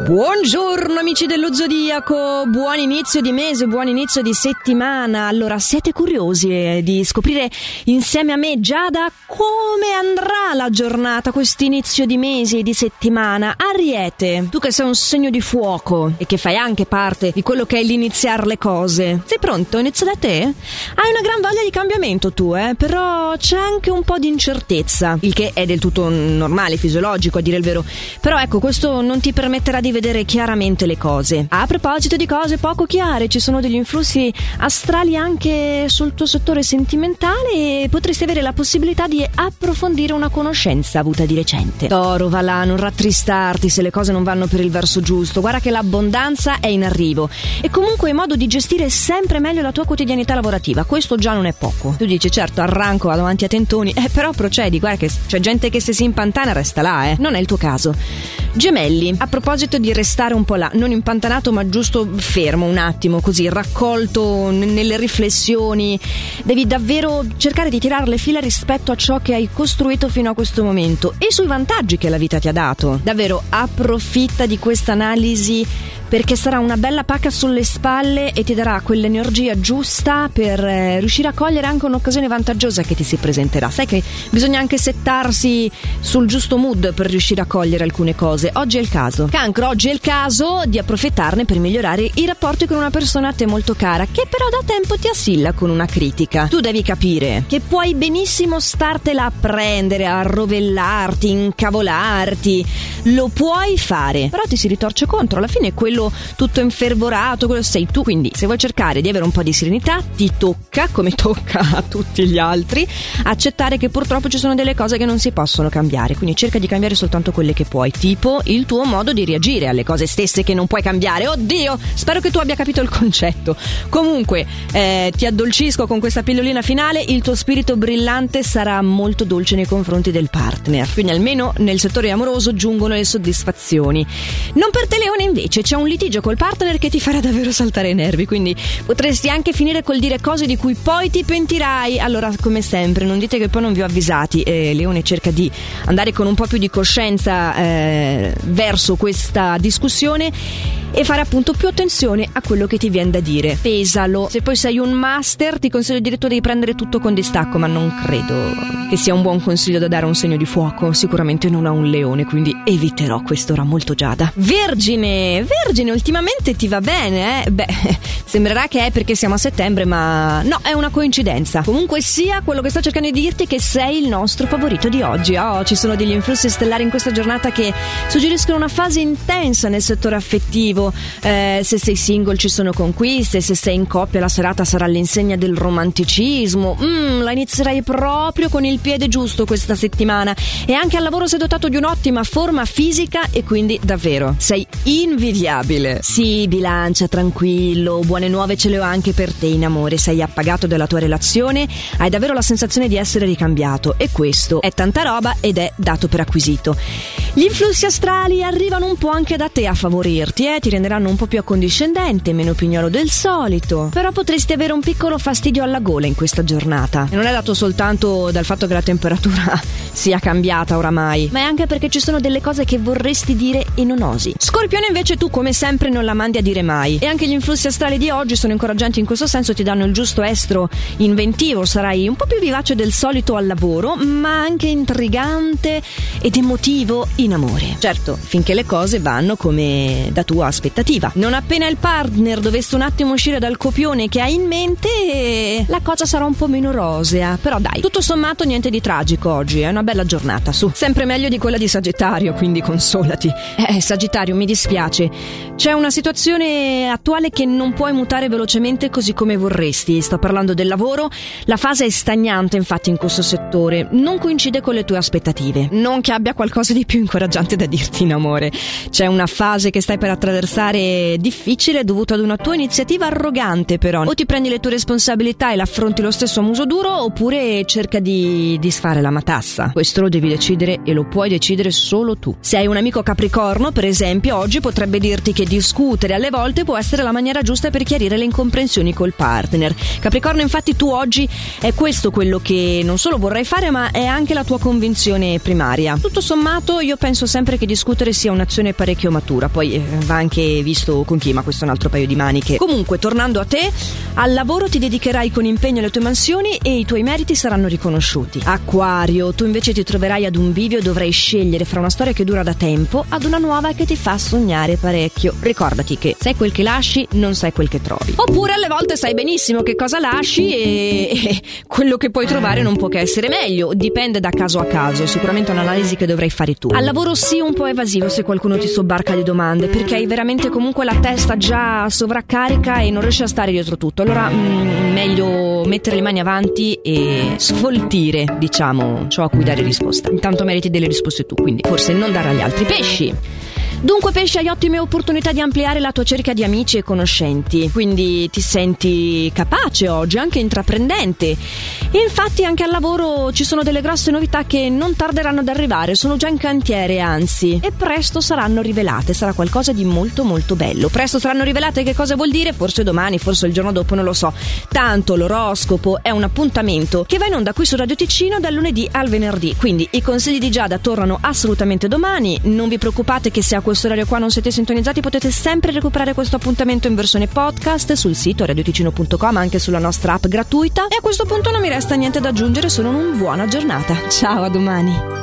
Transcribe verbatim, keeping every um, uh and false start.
Buongiorno amici dello Zodiaco, buon inizio di mese, buon inizio di settimana. Allora, siete curiosi di scoprire insieme a me, Giada, come andrà la giornata, quest'inizio di mese e di settimana? Ariete, tu che sei un segno di fuoco e che fai anche parte di quello che è l'iniziare le cose, sei pronto? Inizio da te? Hai una gran voglia di cambiamento tu, eh? Però c'è anche un po' di incertezza, il che è del tutto normale, fisiologico a dire il vero. Però ecco, questo non ti permetterà di vedere chiaramente le cose. A proposito di cose poco chiare, ci sono degli influssi astrali anche sul tuo settore sentimentale e potresti avere la possibilità di approfondire una conoscenza avuta di recente. Toro, va là, non rattristarti se le cose non vanno per il verso giusto, guarda che l'abbondanza è in arrivo e comunque hai modo di gestire sempre meglio la tua quotidianità lavorativa, questo già non è poco. Tu dici certo arranco, vado avanti a tentoni, eh, però procedi, guarda che c'è gente che se si impantana resta là, eh. Non è il tuo caso. Gemelli, a proposito di restare un po' là, non impantanato ma giusto fermo un attimo, così raccolto n- nelle riflessioni, devi davvero cercare di tirare le fila rispetto a ciò che hai costruito fino a questo momento e sui vantaggi che la vita ti ha dato. Davvero approfitta di questa analisi perché sarà una bella pacca sulle spalle e ti darà quell'energia giusta per eh, riuscire a cogliere anche un'occasione vantaggiosa che ti si presenterà. Sai che bisogna anche settarsi sul giusto mood per riuscire a cogliere alcune cose. Oggi è il caso. Cancro, oggi è il caso di approfittarne per migliorare i rapporti con una persona a te molto cara, che però da tempo ti assilla con una critica. Tu devi capire che puoi benissimo startela a prendere, a rovellarti, incavolarti, lo puoi fare, però ti si ritorce contro. Alla fine quello tutto infervorato, quello sei tu, quindi se vuoi cercare di avere un po' di serenità ti tocca, come tocca a tutti gli altri, accettare che purtroppo ci sono delle cose che non si possono cambiare, quindi cerca di cambiare soltanto quelle che puoi, tipo il tuo modo di reagire alle cose stesse che non puoi cambiare. Oddio, spero che tu abbia capito il concetto. Comunque eh, ti addolcisco con questa pillolina finale, il tuo spirito brillante sarà molto dolce nei confronti del partner, quindi almeno nel settore amoroso giungono le soddisfazioni. Non per te Leone invece, c'è un litigio col partner che ti farà davvero saltare i nervi, quindi potresti anche finire col dire cose di cui poi ti pentirai. Allora, come sempre, non dite che poi non vi ho avvisati. eh, Leone cerca di andare con un po' più di coscienza eh, verso questa discussione e fare appunto più attenzione a quello che ti viene da dire. Pesalo. Se poi sei un master ti consiglio addirittura di prendere tutto con distacco, ma non credo che sia un buon consiglio da dare a un segno di fuoco, sicuramente non a un leone, quindi eviterò quest'ora molto. Giada. Vergine, Vergine, ultimamente ti va bene, eh? Beh, sembrerà che è perché siamo a settembre, ma no, è una coincidenza. Comunque sia, quello che sto cercando di dirti è che sei il nostro favorito di oggi. Oh, ci sono degli influssi stellari in questa giornata che suggeriscono una fase intensa nel settore affettivo. Eh, se sei single ci sono conquiste, se sei in coppia la serata sarà all'insegna del romanticismo. Mm, la inizierai proprio con il piede giusto questa settimana e anche al lavoro sei dotato di un'ottima forma fisica e quindi davvero sei invidiabile. Sì, bilancia, tranquillo, buone nuove ce le ho anche per te in amore, sei appagato della tua relazione, hai davvero la sensazione di essere ricambiato e questo è tanta roba ed è dato per acquisito. Gli influssi astrali arrivano un po' anche da te a favorirti, eh? Ti renderanno un po' più accondiscendente, meno pignolo del solito, però potresti avere un piccolo fastidio alla gola in questa giornata e non è dato soltanto dal fatto che la temperatura sia cambiata oramai, ma è anche perché ci sono delle cose che vorresti dire e non osi. Scorpione invece tu come sempre non la mandi a dire mai e anche gli influssi astrali di oggi sono incoraggianti in questo senso, ti danno il giusto estro inventivo, sarai un po' più vivace del solito al lavoro ma anche intrigante ed emotivo in amore. Certo, finché le cose vanno come da tua aspettativa. Non appena il partner dovesse un attimo uscire dal copione che hai in mente, la cosa sarà un po' meno rosea, però dai, tutto sommato niente di tragico oggi, è una bella giornata, su. Sempre meglio di quella di Sagittario, quindi consolati. Eh, Sagittario, mi dispiace. C'è una situazione attuale che non puoi mutare velocemente così come vorresti. Sto parlando del lavoro. La fase è stagnante, infatti, in questo settore. Non coincide con le tue aspettative. Non che abbia qualcosa di più incoraggiante da dirti in amore. C'è una fase che stai per attraversare difficile dovuto ad una tua iniziativa arrogante, però. O ti prendi le tue responsabilità e l'affronti lo stesso a muso duro, oppure cerca di disfare la matassa. Questo lo devi decidere e lo puoi decidere solo tu. Se hai un amico Capricorno, per esempio, oggi potrebbe dirti che discutere alle volte può essere la maniera giusta per chiarire le incomprensioni col partner. Capricorno, infatti, tu oggi è questo quello che non solo vorrai fare, ma è anche la tua convinzione primaria. Tutto sommato io penso sempre che discutere sia un'azione parecchio matura, poi eh, va anche visto con chi, ma questo è un altro paio di maniche. Comunque, tornando a te, al lavoro ti dedicherai con impegno alle tue mansioni e i tuoi meriti saranno riconosciuti. Acquario, tu invece ti troverai ad un bivio e dovrai scegliere fra una storia che dura da tempo ad una nuova che ti fa sognare parecchio. Ricordati che sai quel che lasci, non sai quel che trovi. Oppure alle volte sai benissimo che cosa lasci e, e quello che puoi trovare non può che essere meglio. Dipende da caso a caso, sicuramente è un'analisi che dovrai fare tu. Al lavoro sì, un po' evasivo se qualcuno ti sobbarca di domande, perché hai veramente comunque la testa già sovraccarica e non riesci a stare dietro tutto. Allora mm, meglio mettere le mani avanti e sfoltire, diciamo, ciò a cui dare risposta. Intanto meriti delle risposte tu, quindi forse non dare agli altri. Pesci. Dunque pesci, hai ottime opportunità di ampliare la tua cerchia di amici e conoscenti, quindi ti senti capace oggi, anche intraprendente. E infatti anche al lavoro ci sono delle grosse novità che non tarderanno ad arrivare, sono già in cantiere anzi, e presto saranno rivelate, sarà qualcosa di molto molto bello. Presto saranno rivelate, che cosa vuol dire? Forse domani, forse il giorno dopo, non lo so. Tanto l'oroscopo è un appuntamento che va in onda qui su Radio Ticino dal lunedì al venerdì, quindi i consigli di Giada tornano assolutamente domani. Non vi preoccupate che se a questo orario qua non siete sintonizzati, potete sempre recuperare questo appuntamento in versione podcast sul sito radioticino punto com, anche sulla nostra app gratuita. E a questo punto non mi resta niente da aggiungere, solo una buona giornata. Ciao, a domani.